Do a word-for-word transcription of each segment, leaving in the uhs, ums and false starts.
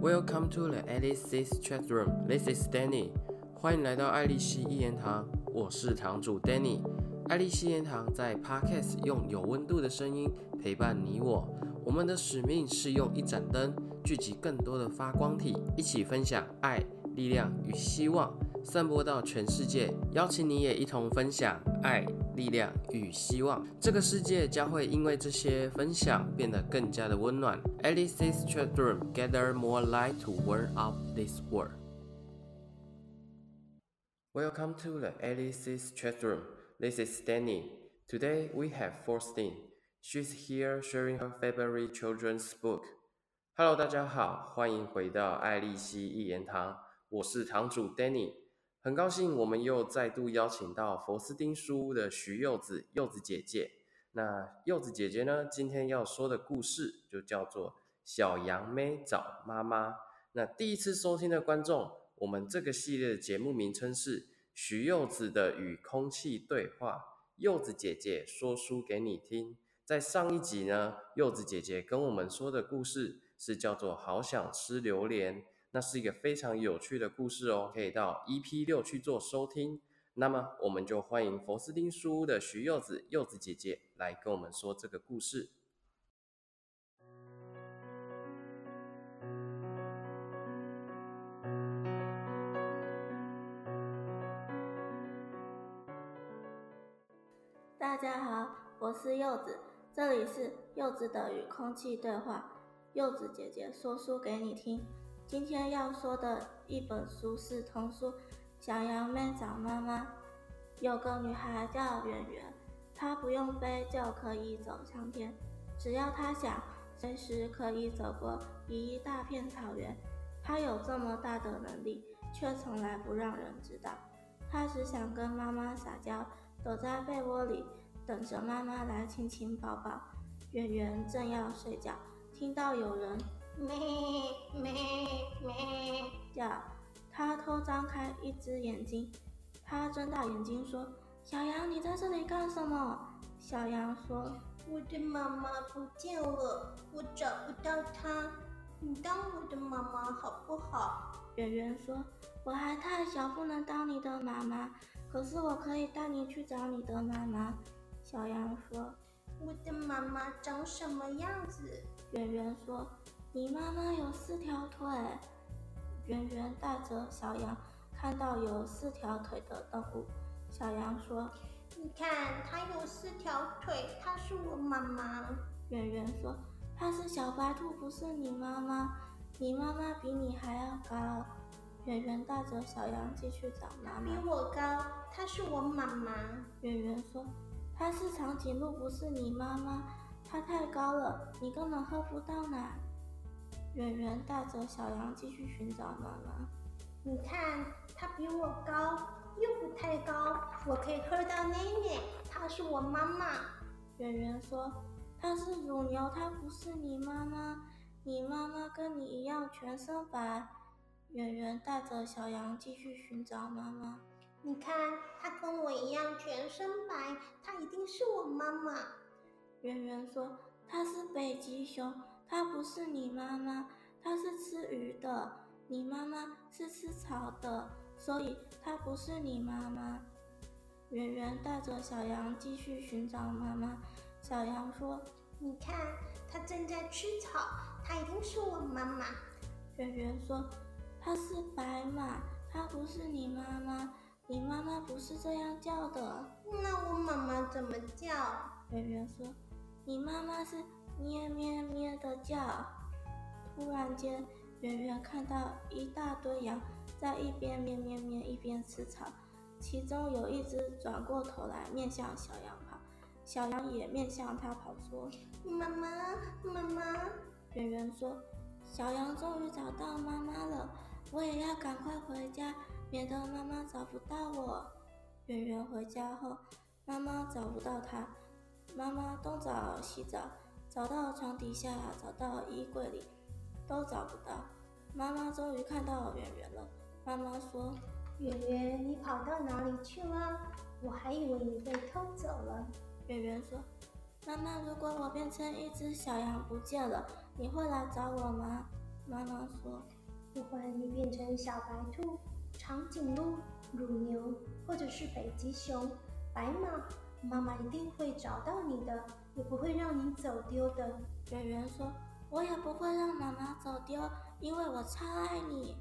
Welcome to the Alice's Chat Room. This is Danny. 欢迎来到爱丽丝一言堂，我是堂主 Danny。爱丽丝一言堂在 Podcast 用有温度的声音陪伴你我。我们的使命是用一盏灯聚集更多的发光体，一起分享爱、力量与希望，散播到全世界。邀请你也一同分享爱、力量与希望。这个世界将会因为这些分享变得更加的温暖。Alice's Chat Room gather more light to warm up this world. Welcome to the Alice's Chat Room. This is Danny. Today we have Faustine.She's here sharing her favorite children's book. Hello， 大家好，欢迎回到爱丽丝一言堂，我是堂主 Danny。很高兴我们又再度邀请到佛斯丁书屋的徐柚子柚子姐姐。那柚子姐姐呢，今天要说的故事就叫做小羊妹找妈妈。那第一次收听的观众，我们这个系列的节目名称是徐柚子的与空气对话，柚子姐姐说书给你听。在上一集呢，柚子姐姐跟我们说的故事是叫做好想吃榴莲，那是一个非常有趣的故事哦，可以到 E P 六 去做收听。那么我们就欢迎佛斯丁书屋的徐柚子柚子姐姐来跟我们说这个故事。 大家好，我是柚子，这里是柚子的与空气对话，柚子姐姐说书给你听。今天要说的一本书是童书《小羊妹找妈妈》。有个女孩叫圆圆，她不用飞就可以走上天，只要她想，随时可以走过一大片草原。她有这么大的能力，却从来不让人知道。她只想跟妈妈撒娇，躲在被窝里等着妈妈来亲亲抱抱。圆圆正要睡觉，听到有人咩咩咩叫，她偷张开一只眼睛，她睁大眼睛说：“小羊，你在这里干什么？”小羊说：“ 我的妈妈不见了，我找不到她，你当我的妈妈好不好？” 圆圆说：“我还太小，不能当你的妈妈，可是我可以带你去找你的妈妈。”小羊说：“ 我的妈妈长什么样子？” 圆圆说：“你妈妈有四条腿。”圆圆带着小羊看到有四条腿的动物。小羊说：“ 你看，它有四条腿，它是我妈妈。” 圆圆说：“它是小白兔，不是你妈妈。你妈妈比你还要高。”圆圆带着小羊继续找妈妈。 比我高，她是我妈妈。 圆圆说：“她是长颈鹿，不是你妈妈。她太高了，你根本喝不到奶。”圆圆带着小羊继续寻找妈妈。 你看，她比我高，又不太高，我可以喝到奶奶，她是我妈妈。 圆圆说：“她是乳牛，她不是你妈妈。你妈妈跟你一样全身白。”圆圆带着小羊继续寻找妈妈。 你看，她跟我一样全身白，她一定是我妈妈。 圆圆说：“她是北极熊，她不是你妈妈，她是吃鱼的。你妈妈是吃草的，所以她不是你妈妈。”圆圆带着小羊继续寻找妈妈。小羊说：“ 你看，她正在吃草，她一定是我妈妈。” 圆圆说：“她是白马，她不是你妈妈，你妈妈不是这样叫的。” 那我妈妈怎么叫？ 圆圆说：“你妈妈是咩咩咩的叫。”突然间，圆圆看到一大堆羊在一边咩咩咩一边吃草，其中有一只转过头来面向小羊跑，小羊也面向它跑，说：“ 妈妈，妈妈。” 圆圆说：“小羊终于找到妈妈了，我也要赶快回家，免得妈妈找不到我。”圆圆回家后，妈妈找不到她，妈妈东找西找，找到床底下，找到衣柜里，都找不到。妈妈终于看到圆圆了，妈妈说：“ 圆圆，你跑到哪里去了？我还以为你被偷走了。” 圆圆说：“妈妈，如果我变成一只小羊不见了，你会来找我吗？” 妈妈说， 不管你变成小白兔、长颈鹿、乳牛，或者是北极熊、白马，妈妈一定会找到你的，也不会让你走丢的。 圆圆说，我也不会让妈妈走丢，因为我超爱你。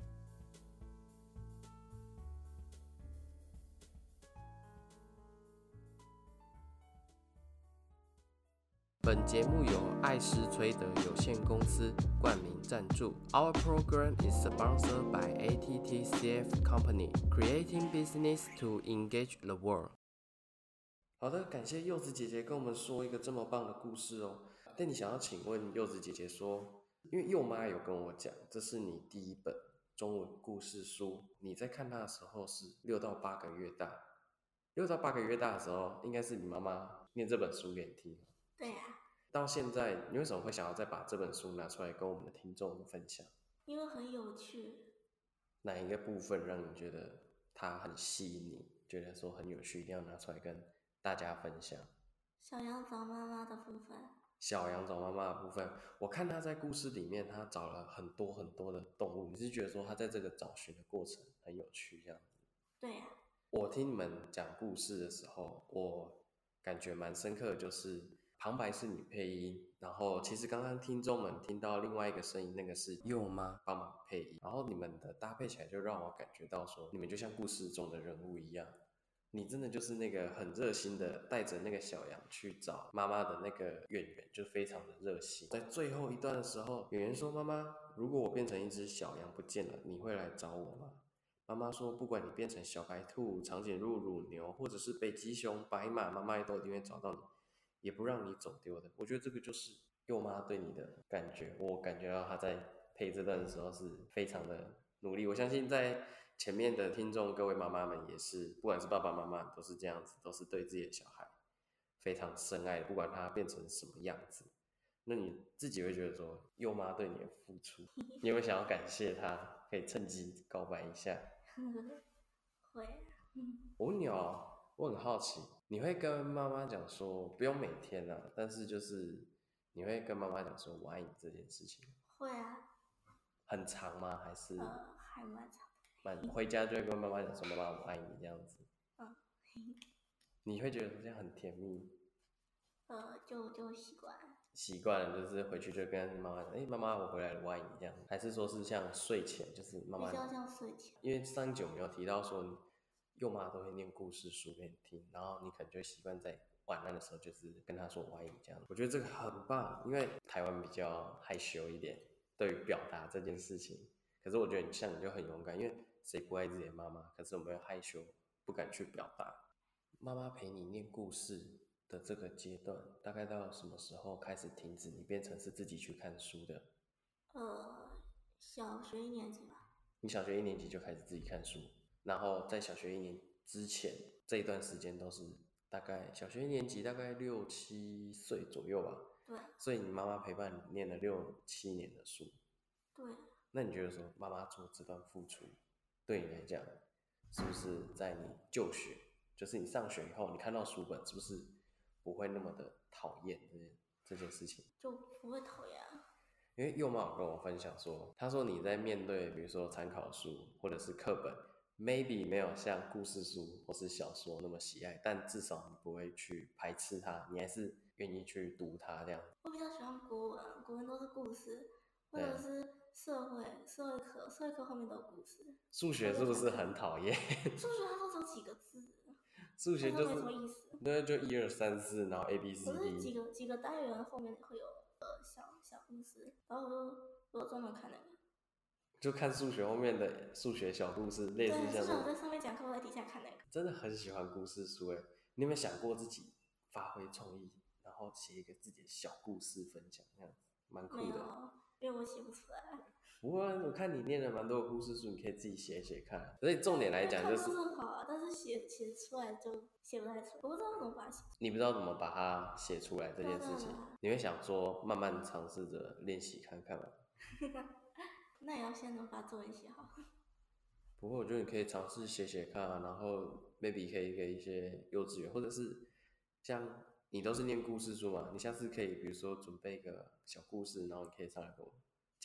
本节目由艾诗崔德有限公司冠名赞助。Our program is sponsored by A T T C F Company, creating business to engage the world. 好的，感谢柚子姐姐跟我们说一个这么棒的故事哦。但你想要请问柚子姐姐说，因为柚妈有跟我讲，这是你第一本中文故事书，你在看它的时候是六到八个月大。六到八个月大的时候，应该是你妈妈念这本书给你听。 对呀、啊， 到现在，你为什么会想要再把这本书拿出来跟我们的听众分享？ 因为很有趣。 哪一个部分让你觉得它很吸引你，觉得说很有趣，一定要拿出来跟大家分享？ 小羊找妈妈的部分。 小羊找妈妈的部分，我看他在故事里面，他找了很多很多的动物，你是觉得说他在这个找寻的过程很有趣这样子？ 对呀、啊。 我听你们讲故事的时候，我感觉蛮深刻的，就是旁白是你配音，然后其实刚刚听众们听到另外一个声音，那个是柚妈帮忙配音，然后你们的搭配起来就让我感觉到说，你们就像故事中的人物一样，你真的就是那个很热心的带着那个小羊去找妈妈的那个演员，就非常的热心。在最后一段的时候，演员说：“妈妈，如果我变成一只小羊不见了，你会来找我吗？”妈妈说，不管你变成小白兔、长颈鹿、乳牛，或者是北极熊、白马，妈妈都一定会找到你，也不让你走丢的。我觉得这个就是柚妈对你的感觉，我感觉到她在配这段的时候是非常的努力。我相信在前面的听众各位妈妈们也是，不管是爸爸妈妈都是这样子，都是对自己的小孩非常深爱的，不管他变成什么样子。那你自己会觉得说，柚妈对你的付出，你有没有想要感谢她？可以趁机告白一下。 会、啊。 我问你哦，我很好奇，你会跟妈妈讲说，不用每天啊，但是就是你会跟妈妈讲说我爱你这件事情？ 会啊。 很长吗？还是？ 呃，还蛮长的。 蛮回家就会跟妈妈讲说，妈妈我爱你这样子。 嗯。 你会觉得这样很甜蜜？ 呃，就就习惯。 习惯了，就是回去就跟妈妈讲，哎、欸，妈妈我回来了，我爱你这样。还是说是像睡前，就是妈妈？ 比较像睡前。 因为上一集我们有提到说，柚妈都会念故事书给你听，然后你可能就习惯在晚安的时候，就是跟她说我爱你这样。我觉得这个很棒，因为台湾比较害羞一点，对于表达这件事情。可是我觉得你像你就很勇敢，因为谁不爱自己的妈妈？可是我们会害羞，不敢去表达。妈妈陪你念故事的这个阶段，大概到什么时候开始停止？你变成是自己去看书的？ 呃，小学一年级吧。 你小学一年级就开始自己看书，然后在小学一年之前这一段时间都是大概小学一年级，大概六七岁左右吧。 对。 所以你妈妈陪伴你念了六七年的书。 对。 那你觉得说妈妈做这段付出，对你来讲，是不是在你就学，就是你上学以后，你看到书本，是不是不会那么的讨厌这件这件事情？ 就不会讨厌啊。 因为柚妈有跟我分享说，她说你在面对比如说参考书或者是课本 ，maybe 没有像故事书或是小说那么喜爱，但至少你不会去排斥它，你还是愿意去读它这样。 我比较喜欢国文，国文都是故事，或者是社会社会课，社会课后面都有故事。 数学是不是很讨厌？ 数学它都只有几个字。 数学就是没什么意思。 对，就一二三四，然后 A B C D。 可是几个几个单元后面会有呃小小故事，然后我就我专门看那个。 就看数学后面的数学小故事，类似像。 对，至少我在上面讲课，我在底下看那个。 真的很喜欢故事书诶，你有没有想过自己发挥创意，然后写一个自己的小故事分享，那样子蛮酷的。 没有，因为我写不出来。 不过我看你念了蛮多的故事书，你可以自己写写看。所以重点来讲就是， 看都是很好啊，但是写写出来就写不太出来，我不知道怎么把它写出来。 你不知道怎么把它写出来这件事情，你会想说慢慢尝试着练习看看吗？ 那也要先能把作文写好。 不过我觉得你可以尝试写写看啊，然后 maybe 可以给一些幼稚园，或者是像你都是念故事书嘛，你下次可以比如说准备一个小故事，然后你可以上来跟我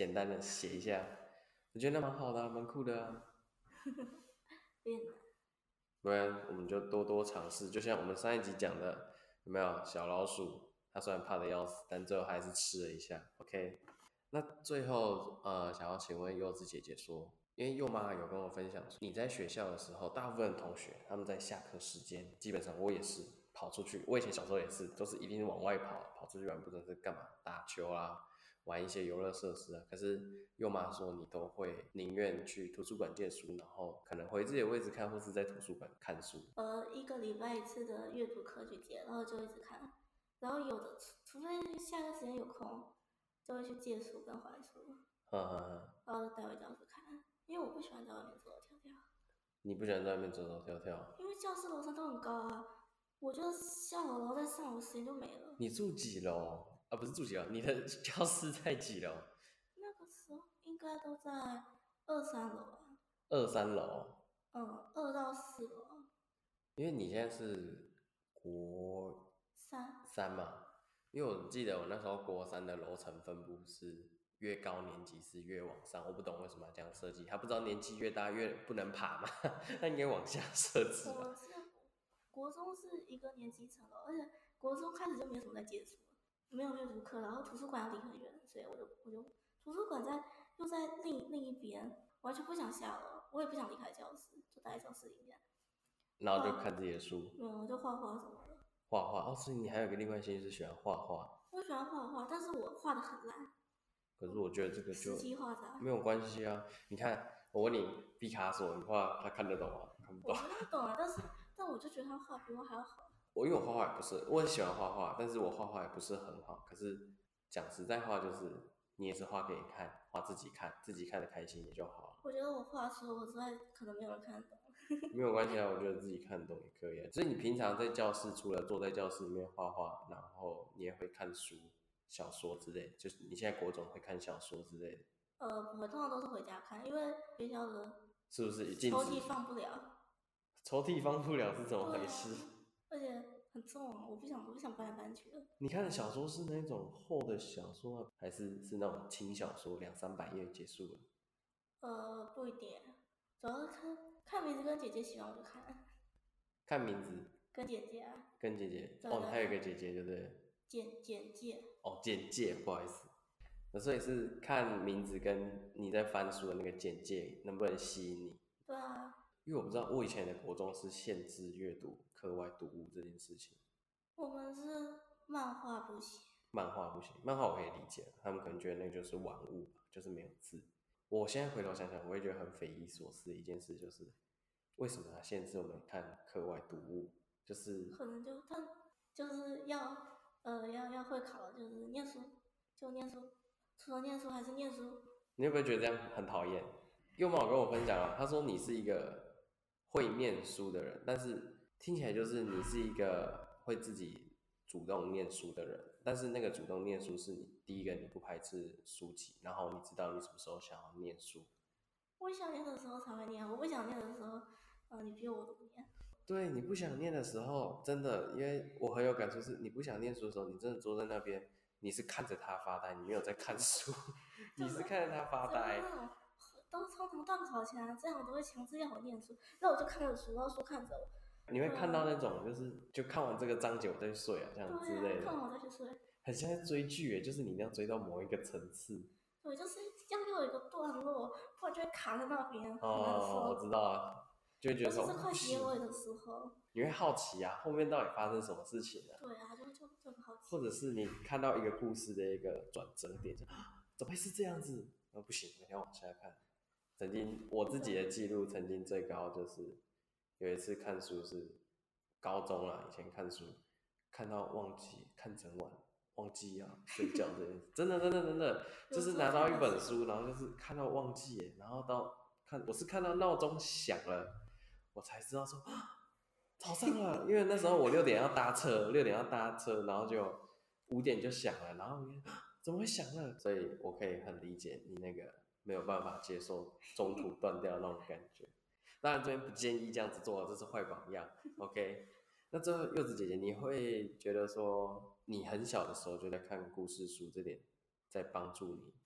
简单的写一下，我觉得那蛮好的、啊，蛮酷的啊。 有点难。 不然我们就多多尝试，就像我们上一集讲的，有没有小老鼠？它虽然怕的要死，但最后还是吃了一下。OK， 那最后呃，想要请问柚子姐姐说，因为柚妈有跟我分享说，你在学校的时候，大部分同学他们在下课时间，基本上我也是跑出去，我以前小时候也是，都是一定是往外跑，跑出去玩，不论是干嘛，打球啊。玩一些游乐设施啊，可是柚妈说你都会宁愿去图书馆借书，然后可能回自己的位置看，或是在图书馆看书。 呃，一个礼拜一次的阅读课去借，然后就一直看，然后有的除非下课时间有空，就会去借书跟还书， 呵呵呵， 然后带回教室看，因为我不喜欢在外面走走跳跳。 你不喜欢在外面走走跳跳？ 因为教室楼层都很高啊，我就下楼，然后再上楼，时间就没了。 你住几楼？啊，不是住几楼，你的教室在几楼？ 那个时候应该都在二三楼啊。 二三楼。 嗯，二到四楼。 因为你现在是国三三嘛，因为我记得我那时候国三的楼层分布是越高年级是越往上，我不懂为什么要这样设计，他不知道年纪越大越不能爬嘛，那应该往下设置吧。 我们是国中是一个年级层楼，而且国中开始就没什么在借书了，没有阅读课，然后图书馆离很远，所以我就我就图书馆在又在另另一边，完全不想下楼，我也不想离开教室，就待在教室里面。 然后就看自己的书。 没有，我就画画什么的。 画画哦，所以你还有个另外兴趣是喜欢画画。 我喜欢画画，但是我画的很烂。 可是我觉得这个就十级画家没有关系啊。你看，我问你，毕卡索，你画他看得懂吗？看不懂。 我看得懂啊，但是但我就觉得他画比我还要好。 我因为我画画也不是，我很喜欢画画，但是我画画也不是很好。可是讲实在话，就是你也是画给你看，画自己看，自己看得开心也就好了。 我觉得我画除了我之外，可能没有人看得懂。 没有关系啊，我觉得自己看得懂也可以啊。所以你平常在教室，除了坐在教室里面画画，然后你也会看书、小说之类的，就是你现在国中会看小说之类的。 呃，不会，通常都是回家看，因为学校的是不是禁止？ 抽屉放不了。 抽屉放不了是怎么回事？ 啊、而且很重啊，我不想，我不想搬来搬去的。 你看的小说是那种厚的小说，还是是那种轻小说，两三百页结束了？ 呃，不一定，主要是看看名字跟姐姐喜欢我就看。 看名字。 跟姐姐啊。 跟姐姐。 对哦，还有一个姐姐，对不对？ 简简介。 哦，简介，不好意思。那所以是看名字跟你在翻书的那个简介能不能吸引你？ 对啊。 因为我不知道，我以前的国中是限制阅读课外读物这件事情。 我们是漫画不行。 漫画不行，漫画我可以理解，他们可能觉得那个就是玩物，就是没有字。我现在回头想想，我也觉得很匪夷所思的一件事，就是为什么要限制我们看课外读物？就是可能就他就是要呃要要会考，就是念书就念书，除了念书还是念书。 你会不会觉得这样很讨厌？柚毛跟我分享了，他说你是一个会念书的人，但是听起来就是你是一个会自己主动念书的人，但是那个主动念书是你第一个，你不排斥书籍，然后你知道你什么时候想要念书。 我想念的时候才会念，我不想念的时候，呃，你逼我都不念。 对，你不想念的时候，真的，因为我很有感触，是你不想念书的时候，你真的坐在那边，你是看着他发呆，你没有在看书，你是看着他发呆。 都通常段考前、啊，这样都会强制要我念书，那我就看着书，然后书看着我。 你会看到那种就是就看完这个章节我再去睡啊，这样之类的。 对啊，看完我再去睡。 很像在追剧诶，就是你一定要追到某一个层次。 对，就是要有一个段落，不然就会卡在那边。 哦，我知道啊，就会觉得说。 尤其是快结尾的时候。 你会好奇啊，后面到底发生什么事情呢、啊？ 对啊，就就就很好奇。 或者是你看到一个故事的一个转折点，就怎么会是这样子？啊，不行，我要往下看。曾经我自己的记录，曾经最高就是有一次看书是高中啦，以前看书看到忘记看整晚，忘记要睡觉这件事，真的真的真的，就是拿到一本书，然后就是看到忘记耶，然后到看我是看到闹钟响了，我才知道说早上了，因为那时候我六点要搭车，六点要搭车，然后就五点就响了，然后怎么会响了？所以我可以很理解你那个没有办法接受中途断掉那种感觉。当然这边不建议这样子做，这是坏榜样。OK， 那最后柚子姐姐，你会觉得说你很小的时候就在看故事书，这点在帮助你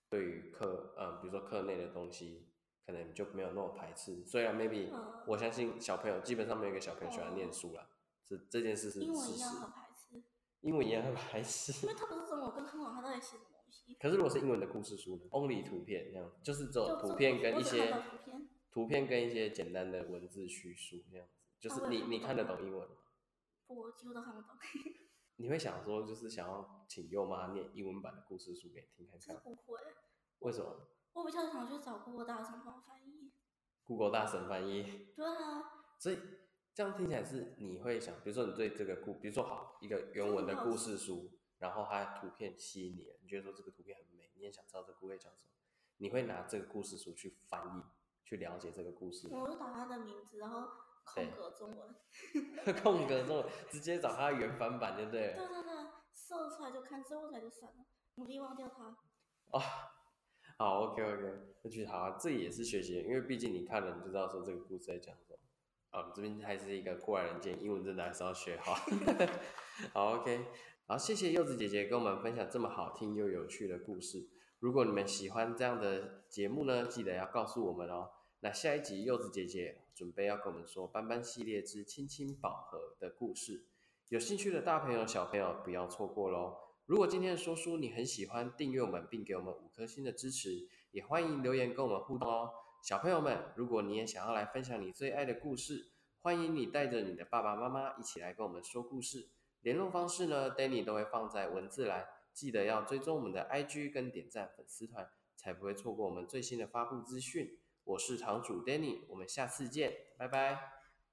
对于课，呃，比如说课内的东西，可能就没有那么排斥。虽然 maybe、嗯、我相信小朋友基本上没有一个小朋友喜欢念书啦，哦、这这件事是英文一样很排斥。 英文一样很排斥， 因为他不是中文，我更看不懂他到底写什么东西。 可是如果是英文的故事书呢 ，only 图片这样，就是只有图片跟一些图片， 图片跟一些简单的文字叙述这样子，就是你、啊、你看得懂英文吗？ 不，我几乎都看不懂。 你会想说，就是想要请佑妈念英文版的故事书给你听看看？ 不会。 为什么？ 我比较想去找 Google 大神帮我翻译。 Google 大神翻译。 对啊。 所以这样听起来是你会想，比如说你对这个故，比如说好一个原文的故事书，然后它的图片吸引你了，你觉得说这个图片很美，你也想知道这个故事讲什么，你会拿这个故事书去翻译，去了解这个故事。 我就打他的名字，然后空格中文。 空格中文，直接找他的原翻版就对了。 对对对，搜出来就看，搜出来就算了，努力忘掉它。 哦，好 ，OK OK， 那就好、啊，这也是学习，因为毕竟你看了，你就知道说这个故事在讲什么。哦，这边还是一个过来人见，英文真的还是要学好。好 ，OK， 好，谢谢柚子姐姐跟我们分享这么好听又有趣的故事。如果你们喜欢这样的节目呢，记得要告诉我们哦。那下一集柚子姐姐准备要跟我们说斑斑系列之亲亲宝盒的故事，有兴趣的大朋友小朋友不要错过咯。如果今天的说书你很喜欢，订阅我们并给我们五颗星的支持，也欢迎留言跟我们互动哦。小朋友们，如果你也想要来分享你最爱的故事，欢迎你带着你的爸爸妈妈一起来跟我们说故事。联络方式呢 Danny 都会放在文字栏，记得要追踪我们的 I G 跟点赞粉丝团，才不会错过我们最新的发布资讯。我是堂主 Danny， 我们下次见，拜拜。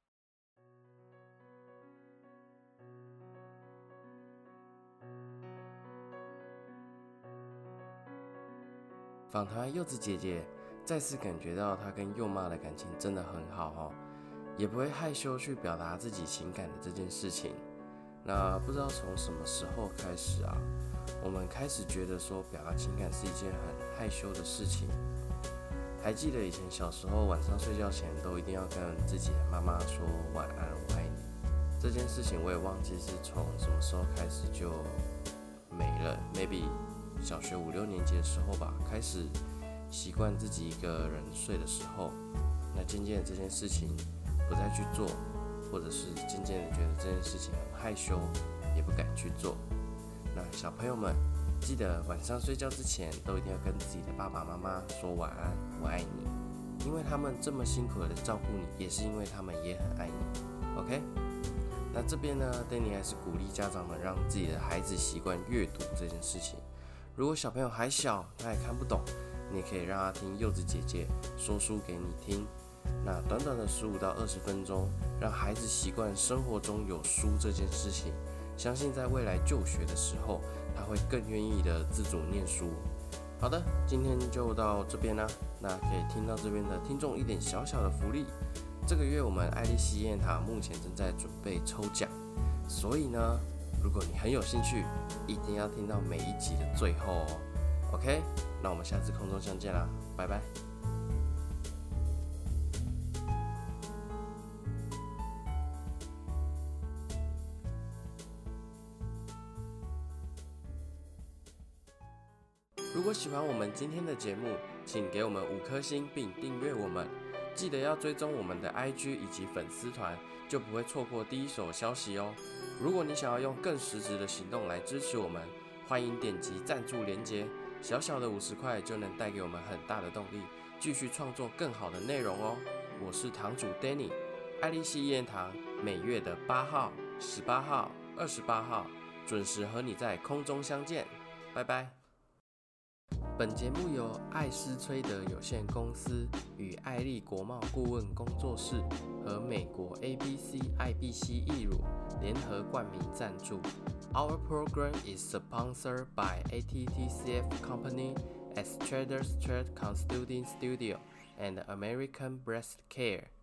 访谈柚子姐姐，再次感觉到她跟柚妈的感情真的很好哦，也不会害羞去表达自己情感的这件事情。那不知道从什么时候开始啊，我们开始觉得说表达情感是一件很害羞的事情。还记得以前小时候晚上睡觉前都一定要跟自己的妈妈说晚安，我爱你。这件事情我也忘记是从什么时候开始就没了 ，maybe 小学五六年级的时候吧，开始习惯自己一个人睡的时候，那渐渐的这件事情不再去做，或者是渐渐的觉得这件事情很害羞，也不敢去做。那小朋友们，记得晚上睡觉之前都一定要跟自己的爸爸妈妈说晚安，我爱你，因为他们这么辛苦的照顾你，也是因为他们也很爱你。OK？ 那这边呢 ，Danny 还是鼓励家长们让自己的孩子习惯阅读这件事情。如果小朋友还小，他也看不懂，你也可以让他听柚子姐姐说书给你听。那短短的十五到二十分钟，让孩子习惯生活中有书这件事情，相信在未来就学的时候，他会更愿意的自主念书。好的，今天就到这边啦。那可以听到这边的听众一点小小的福利，这个月我们爱丽丝燕堂目前正在准备抽奖，所以呢，如果你很有兴趣，一定要听到每一集的最后哦。OK， 那我们下次空中相见啦，拜拜。如果喜欢我们今天的节目，请给我们五颗星并订阅我们，记得要追踪我们的 I G 以及粉丝团，就不会错过第一手消息哦。如果你想要用更实质的行动来支持我们，欢迎点击赞助连结，小小的五十块就能带给我们很大的动力，继续创作更好的内容哦。我是堂主 Danny， 爱丽丝燕堂每月的八号、十八号、二十八号准时和你在空中相见，拜拜。本节目由艾斯崔德有限公司与艾利国贸顾问工作室和美国 A B C I B C 义乳联合冠名赞助。Our program is sponsored by A T T C F Company, as Trader Street Consulting Studio, and American Breast Care.